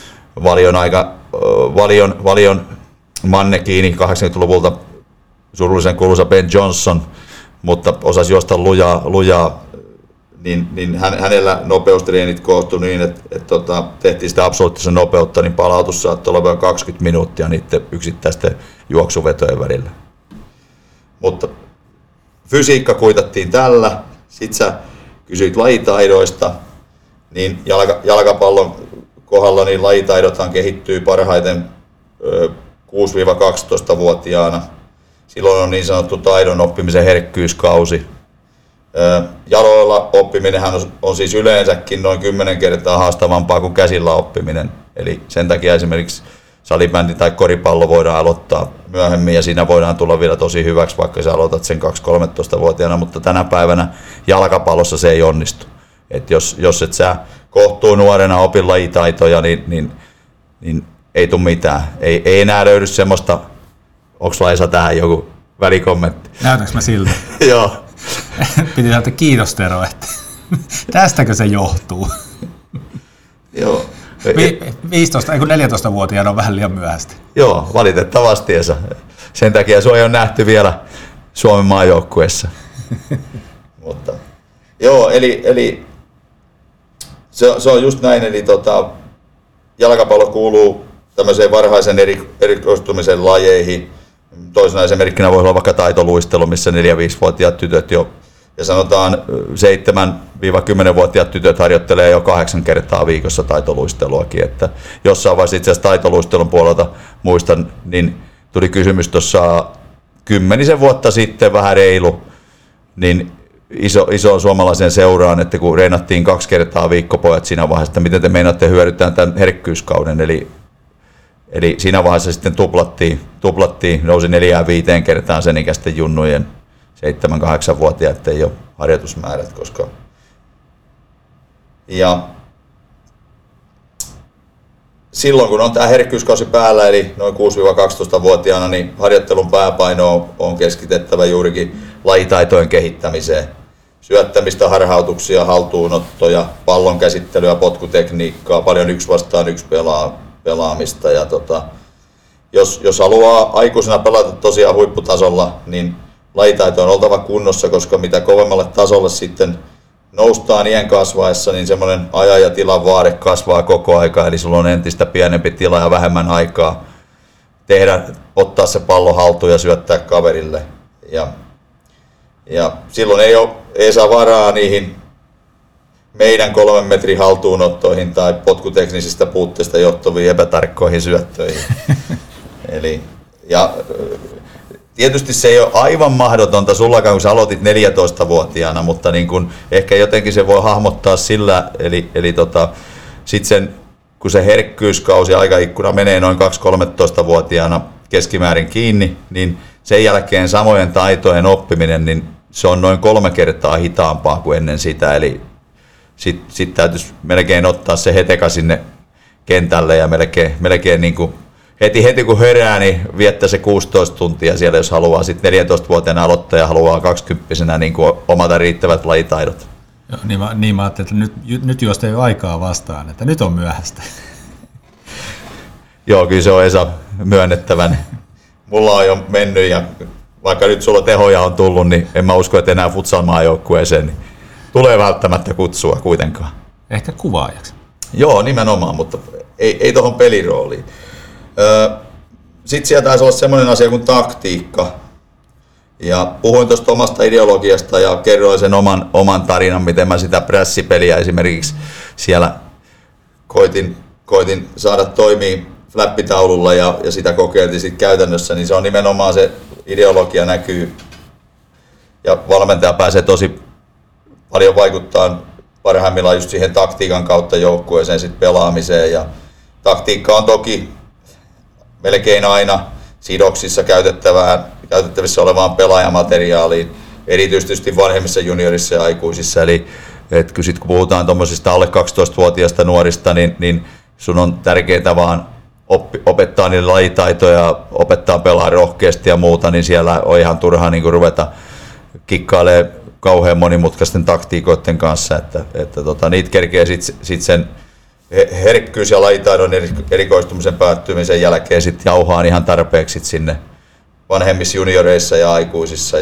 Valion mannekiini 80-luvulta surullisen kuuluisa Ben Johnson, mutta osasi juosta lujaa niin hänellä nopeustreenit koostui niin, että tehtiin sitä absoluuttista nopeutta, niin palautus saattoi olla vain 20 minuuttia niiden yksittäisten juoksuvetojen välillä. Mutta fysiikka kuitattiin tällä. Sitten sä kysyit lajitaidoista, niin jalkapallon kohdalla niin lajitaidothan kehittyy parhaiten 6-12-vuotiaana. Silloin on niin sanottu taidon oppimisen herkkyyskausi. Jaloilla oppiminenhan on siis yleensäkin noin 10 kertaa haastavampaa kuin käsillä oppiminen. Eli sen takia esimerkiksi salibändi tai koripallo voidaan aloittaa myöhemmin ja siinä voidaan tulla vielä tosi hyväksi, vaikka sä aloitat sen 2-13-vuotiaana, mutta tänä päivänä jalkapallossa se ei onnistu. Et jos et sä kohtuu nuorena opi lajitaitoja, niin ei tule mitään. Ei enää löydy semmoista. Onko Laisa tähän joku välikommentti? Näytänkö mä siltä? Joo. Piti sanoa, että kiitos Tero, että tästäkö se johtuu? Joo. 14-vuotiaana on vähän liian myöhäistä. Joo, valitettavasti. Sen takia sua ei ole nähty vielä Suomen maajoukkueessa. Mutta joo, eli se on just näin, eli jalkapallo kuuluu tämmöiseen varhaisen erikoistumisen lajeihin. Toisena esimerkkinä voi olla vaikka taitoluistelu, missä 4-5-vuotiaat tytöt jo, ja sanotaan 7-10-vuotiaat tytöt harjoittelee jo 8 kertaa viikossa taitoluisteluakin. Että jossain vaiheessa itse asiassa taitoluistelun puolelta muistan, niin tuli kysymys tuossa 10 vuotta sitten, vähän reilu, niin iso suomalaisen seuraan, että kun reenattiin 2 kertaa viikkopojat siinä vaiheessa, että miten te meinaatte hyödyttää tämän herkkyyskauden, eli siinä vaiheessa sitten tuplattiin, nousi 4-5 kertaan sen ikäisten junnujen 7-8-vuotiaiden jo harjoitusmäärät, koska ja silloin kun on tämä herkkyyskausi päällä, eli noin 6-12-vuotiaana, niin harjoittelun pääpaino on keskitettävä juurikin lajitaitojen kehittämiseen. Syöttämistä, harhautuksia, haltuunottoja, pallon käsittelyä, potkutekniikkaa, paljon 1 vastaan 1 pelaamista. Ja jos haluaa aikuisena pelata tosiaan huipputasolla, niin lajitaito on oltava kunnossa, koska mitä kovemmalle tasolle sitten noustaan iän kasvaessa, niin semmoinen ajan ja tilan vaade kasvaa koko aika, eli sulla on entistä pienempi tila ja vähemmän aikaa ottaa se pallo haltuun ja syöttää kaverille. Ja silloin ei saa varaa niihin meidän 3 metrin haltuunottoihin tai potkuteknisistä puutteista johtuviin epätarkkoihin syöttöihin. Eli, ja tietysti se ei ole aivan mahdotonta sullakaan, kun sä aloitit 14-vuotiaana, mutta niin kun ehkä jotenkin se voi hahmottaa sillä, eli sitten sen, kun se herkkyyskausi aikaikkuna menee noin 2-13-vuotiaana keskimäärin kiinni, niin sen jälkeen samojen taitojen oppiminen, niin se on noin 3 kertaa hitaampaa kuin ennen sitä, eli sitten täytyisi melkein ottaa se heteka sinne kentälle ja melkein niin kuin heti kun herää, niin viettää se 16 tuntia siellä, jos haluaa. Sitten 14-vuotiaana aloittaja haluaa 20-vuotiaana niin kuin omata riittävät lajitaidot. Joo, niin mä ajattelin, että nyt juosta ei ole aikaa vastaan, että nyt on myöhäistä. Joo, kyllä se on Esa myönnettävän. Mulla on jo mennyt ja vaikka nyt sulla tehoja on tullut, niin en mä usko, että enää futsal-maajoukkueeseen niin tulee välttämättä kutsua kuitenkaan. Ehkä kuvaajaksi. Joo, nimenomaan, mutta ei tuohon pelirooliin. Sitten siellä taisi olla semmoinen asia kuin taktiikka. Ja puhuin tuosta omasta ideologiasta ja kerroin sen oman tarinan, miten mä sitä prässipeliä esimerkiksi siellä koitin saada toimii flappitaululla ja sitä kokeiltiin sitten käytännössä, niin se on nimenomaan se ideologia näkyy ja valmentaja pääsee tosi paljon vaikuttaa parhaimmillaan just siihen taktiikan kautta joukkueeseen sitten pelaamiseen ja taktiikka on toki melkein aina sidoksissa käytettävissä olevaan pelaajamateriaaliin, erityisesti vanhemmissa juniorissa ja aikuisissa. Eli kun puhutaan tuommoisista alle 12-vuotiaista nuorista, niin sun on tärkeää vaan opettaa niille lajitaitoja, opettaa pelaa rohkeasti ja muuta, niin siellä on ihan turha niin ruveta kikkailemaan kauhean monimutkaisten taktiikoiden kanssa, että niitä kerkee sit sen herkkyys ja lajitaidon erikoistumisen päättymisen jälkeen sit jauhaan ihan tarpeeksi sinne vanhemmissa junioreissa ja aikuisissa.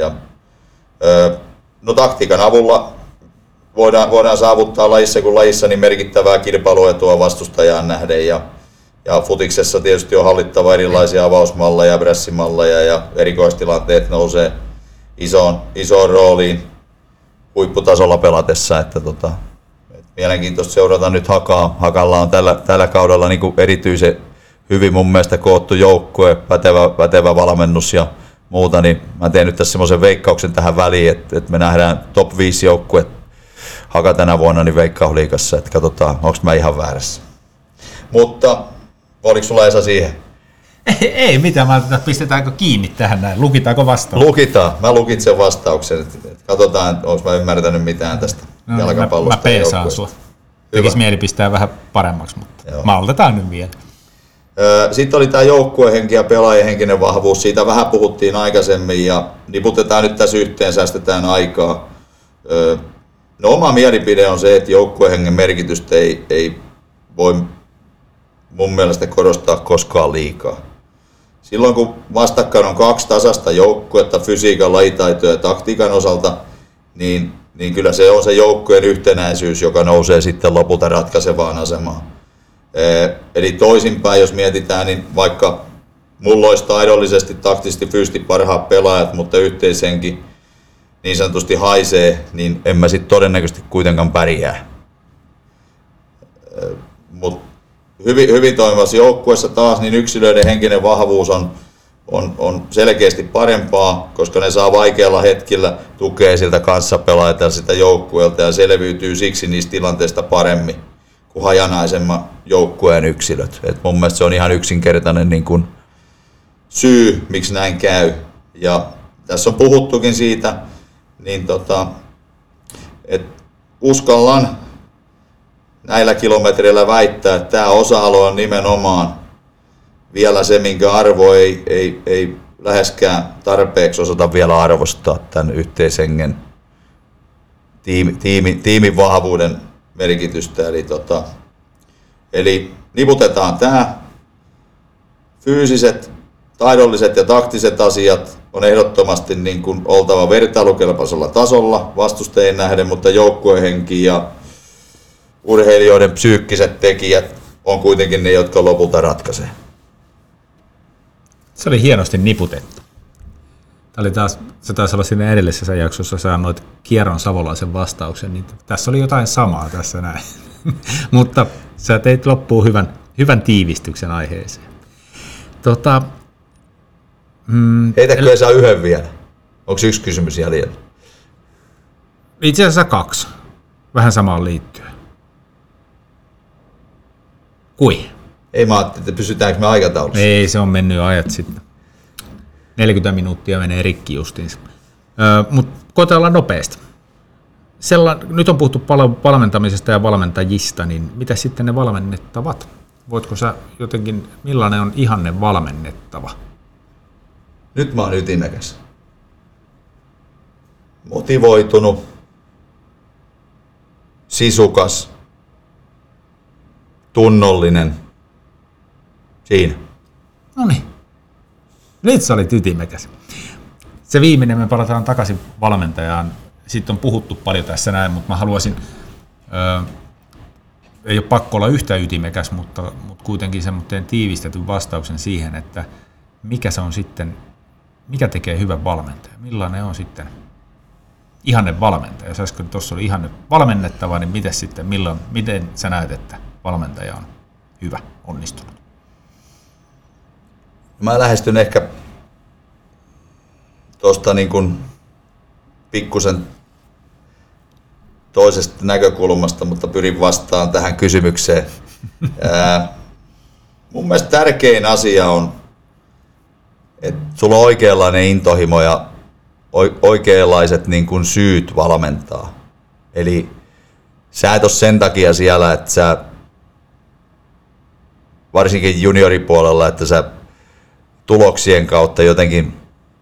No taktiikan avulla voidaan saavuttaa lajissa kuin lajissa niin merkittävää kilpailuetua vastustajaan nähden ja futiksessa tietysti on hallittava erilaisia avausmalleja, pressimalleja ja erikoistilanteet nousee isoon rooliin huipputasolla pelatessa, että mielenkiintoista seurata nyt Hakaa. Hakalla on tällä kaudella niin kuin erityisen hyvin mun mielestä koottu joukkue, pätevä valmennus ja muuta, niin mä teen nyt tässä semmoisen veikkauksen tähän väliin, että me nähdään top 5 joukkue Haka tänä vuonna niin Veikkausliigassa, että katsotaan, onko mä ihan väärässä. Mutta oliko sulla Esa siihen? Ei mitään, mä ajattelin, että pistetäänkö kiinni tähän näin, lukitaanko vastaus? Lukitaan, mä lukitsen vastauksen, että katsotaan, onko mä ymmärtänyt mitään tästä jalkapallosta. Mä peesaan sua. Tekis mieli pistää vähän paremmaksi, mutta maltetaan nyt vielä. Sitten oli tämä joukkuehenki ja pelaajien henkinen vahvuus, siitä vähän puhuttiin aikaisemmin ja niputetaan nyt tässä yhteen, säästetään aikaa. No oma mielipide on se, että joukkuehengen merkitystä ei voi mun mielestä korostaa koskaan liikaa. Silloin kun vastakkain on 2 tasasta joukkuetta fysiikan, lajitaitoja ja taktiikan osalta, niin kyllä se on se joukkueen yhtenäisyys, joka nousee sitten lopulta ratkaisevaan asemaan. Eli toisinpäin, jos mietitään, niin vaikka mulla olisi taidollisesti, taktisesti, fyysisesti parhaat pelaajat, mutta yhteishenki niin sanotusti haisee, niin en mä sitten todennäköisesti kuitenkaan pärjää. Mutta hyvin toimivassa joukkueessa taas, niin yksilöiden henkinen vahvuus on selkeästi parempaa, koska ne saa vaikealla hetkellä tukea siltä kanssapelaajalta sitä joukkueelta ja selviytyy siksi niistä tilanteista paremmin kuin hajanaisemman joukkueen yksilöt. Et mun mielestä se on ihan yksinkertainen niin kun syy, miksi näin käy. Ja tässä on puhuttukin siitä, niin että uskallan näillä kilometreillä väittää, että tämä osa-alue on nimenomaan vielä se, minkä arvo ei läheskään tarpeeksi osata vielä arvostaa tämän yhteishengen tiimin vahvuuden merkitystä. Eli niputetaan tämä. Fyysiset, taidolliset ja taktiset asiat on ehdottomasti niin kuin oltava vertailukelpoisella tasolla vastustajien nähden, mutta joukkuehenki ja urheilijoiden psyykkiset tekijät on kuitenkin ne, jotka lopulta ratkaisee. Se oli hienosti niputettu. Tämä oli taas, se taisi olla siinä edellisessä jaksossa, sä annoit Kieron Savolaisen vastauksen, niin tässä oli jotain samaa tässä näin. Mutta sä teit loppuun hyvän tiivistyksen aiheeseen. Heitäkö saa yhden vielä? Onko yksi kysymys jäljellä? Itse asiassa 2. Vähän samaan liittyen. Kui? Ei mä ajattelin, että pysytäänkö me aikataulussa. Ei, se on mennyt jo ajat sitten. 40 minuuttia menee rikki justiinsa. Mutta koetellaan nopeasti. Nyt on puhuttu paljon valmentamisesta ja valmentajista, niin mitä sitten ne valmennettavat? Voitko sä jotenkin, millainen on ihanne valmennettava? Nyt mä oon ytimekäs. Motivoitunut, sisukas, tunnollinen. Siinä. Noniin. Nyt sä olit ytimekäs. Se viimeinen, me palataan takaisin valmentajaan. Siitä on puhuttu paljon tässä näin, mutta mä haluaisin, ei ole pakko olla yhtä ytimekäs, mutta kuitenkin semmoinen tiivistetyn vastauksen siihen, että mikä se on sitten, mikä tekee hyvän valmentajan, millainen on sitten ihanne valmentaja. Jos äsken tuossa oli ihanne valmennettava, niin miten sä näet, että valmentaja on hyvä, onnistunut? Mä lähestyn ehkä tuosta niin kuin pikkusen toisesta näkökulmasta, mutta pyrin vastaan tähän kysymykseen. Mun mielestä tärkein asia on, että sulla on oikeanlainen intohimo ja oikeanlaiset niin kuin syyt valmentaa. Eli sä et ole sen takia siellä, että sä varsinkin junioripuolella, että sä tuloksien kautta jotenkin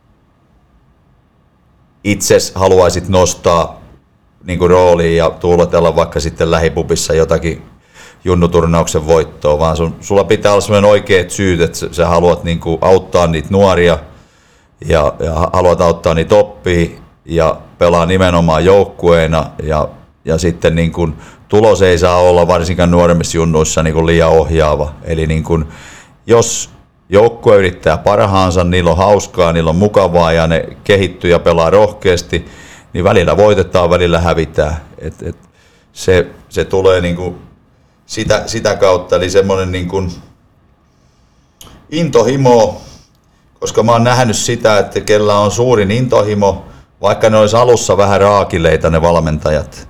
itses haluaisit nostaa niin kuin rooliin ja tuuletella vaikka sitten lähipubissa jotakin junnuturnauksen voittoa, vaan sulla pitää olla sellainen oikeat syyt, että sä haluat niin kuin auttaa niitä nuoria ja haluat auttaa niitä oppia ja pelaa nimenomaan joukkueena ja sitten niin kuin tulos ei saa olla varsinkaan nuoremmissa junnuissa niin kuin liian ohjaava. Eli niin kuin, jos joukkue yrittää parhaansa, niillä on hauskaa, niillä on mukavaa ja ne kehittyy ja pelaa rohkeasti, niin välillä voitetaan, välillä hävitään. Se tulee niin kuin sitä kautta, eli semmoinen niin kuin intohimo, koska mä oon nähnyt sitä, että kellä on suurin intohimo, vaikka ne olisi alussa vähän raakileita ne valmentajat,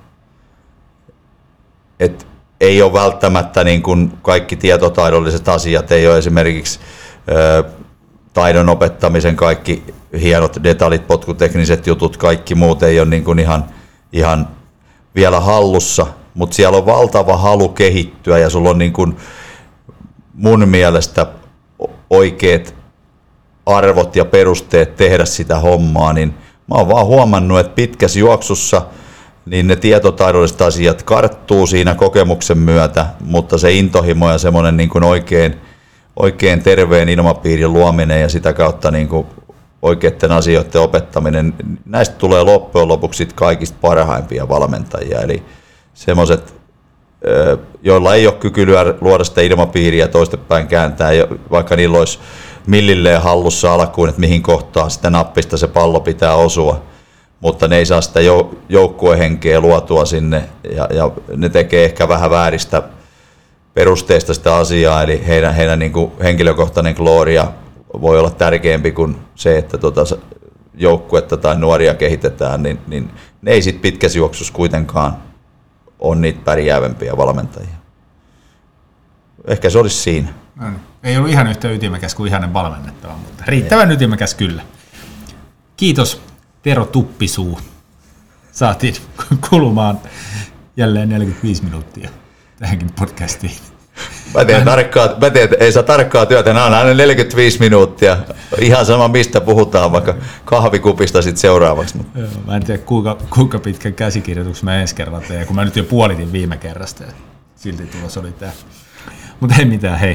että ei ole välttämättä niin kuin kaikki tietotaidolliset asiat, ei ole esimerkiksi taidon opettamisen kaikki hienot detaljit, potkutekniset jutut, kaikki muut ei ole niin kuin ihan vielä hallussa, mutta siellä on valtava halu kehittyä ja sulla on niin kuin mun mielestä oikeat arvot ja perusteet tehdä sitä hommaa, niin mä oon vaan huomannut, että pitkässä juoksussa niin ne tietotaidolliset asiat karttuu siinä kokemuksen myötä, mutta se intohimo ja semmoinen niin kuin oikein terveen ilmapiirin luominen ja sitä kautta niin kuin oikeiden asioiden opettaminen, näistä tulee loppujen lopuksi kaikista parhaimpia valmentajia. Eli semmoiset, joilla ei ole kykyä luoda sitä ilmapiiriä toistepäin kääntää, vaikka niillä olisi millilleen hallussa alkuun, että mihin kohtaan sitä nappista se pallo pitää osua, mutta ne ei saa sitä joukkuehenkeä luotua sinne ja ne tekee ehkä vähän vääristä perusteista sitä asiaa, eli heidän niin kuin henkilökohtainen glooria voi olla tärkeämpi kuin se, että joukkuetta tai nuoria kehitetään, niin ne ei sitten pitkässä juoksussa kuitenkaan ole niitä pärjäävämpiä valmentajia. Ehkä se olisi siinä. Ei ollut ihan yhtä ytimekäs kuin ihanen valmennettava, mutta riittävän ytimekäs kyllä. Kiitos Tero Tuppisuu. Saatiin kulumaan jälleen 45 minuuttia tähänkin podcastiin. Mä teen, ei saa tarkkaa työtä, nämä on aina 45 minuuttia. Ihan sama mistä puhutaan, vaikka kahvikupista sitten seuraavaksi. Joo, mä en tiedä kuinka pitkän käsikirjoituksen mä ensi kerralla teen, kun mä nyt jo puolitin viime kerrasta. Silti tulos oli tää. Mutta ei mitään, hei.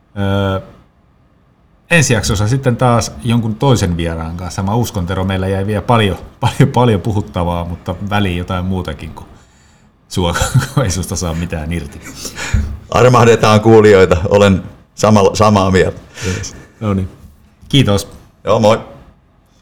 Ensi jaksossa sitten taas jonkun toisen vieraan kanssa. Mä uskon, Tero, meillä jäi vielä paljon puhuttavaa, mutta väliin jotain muutakin kuin sua, kun ei susta saa mitään irti. Armahdetaan kuulijoita, olen samaa mieltä. No niin. Kiitos. Joo, moi.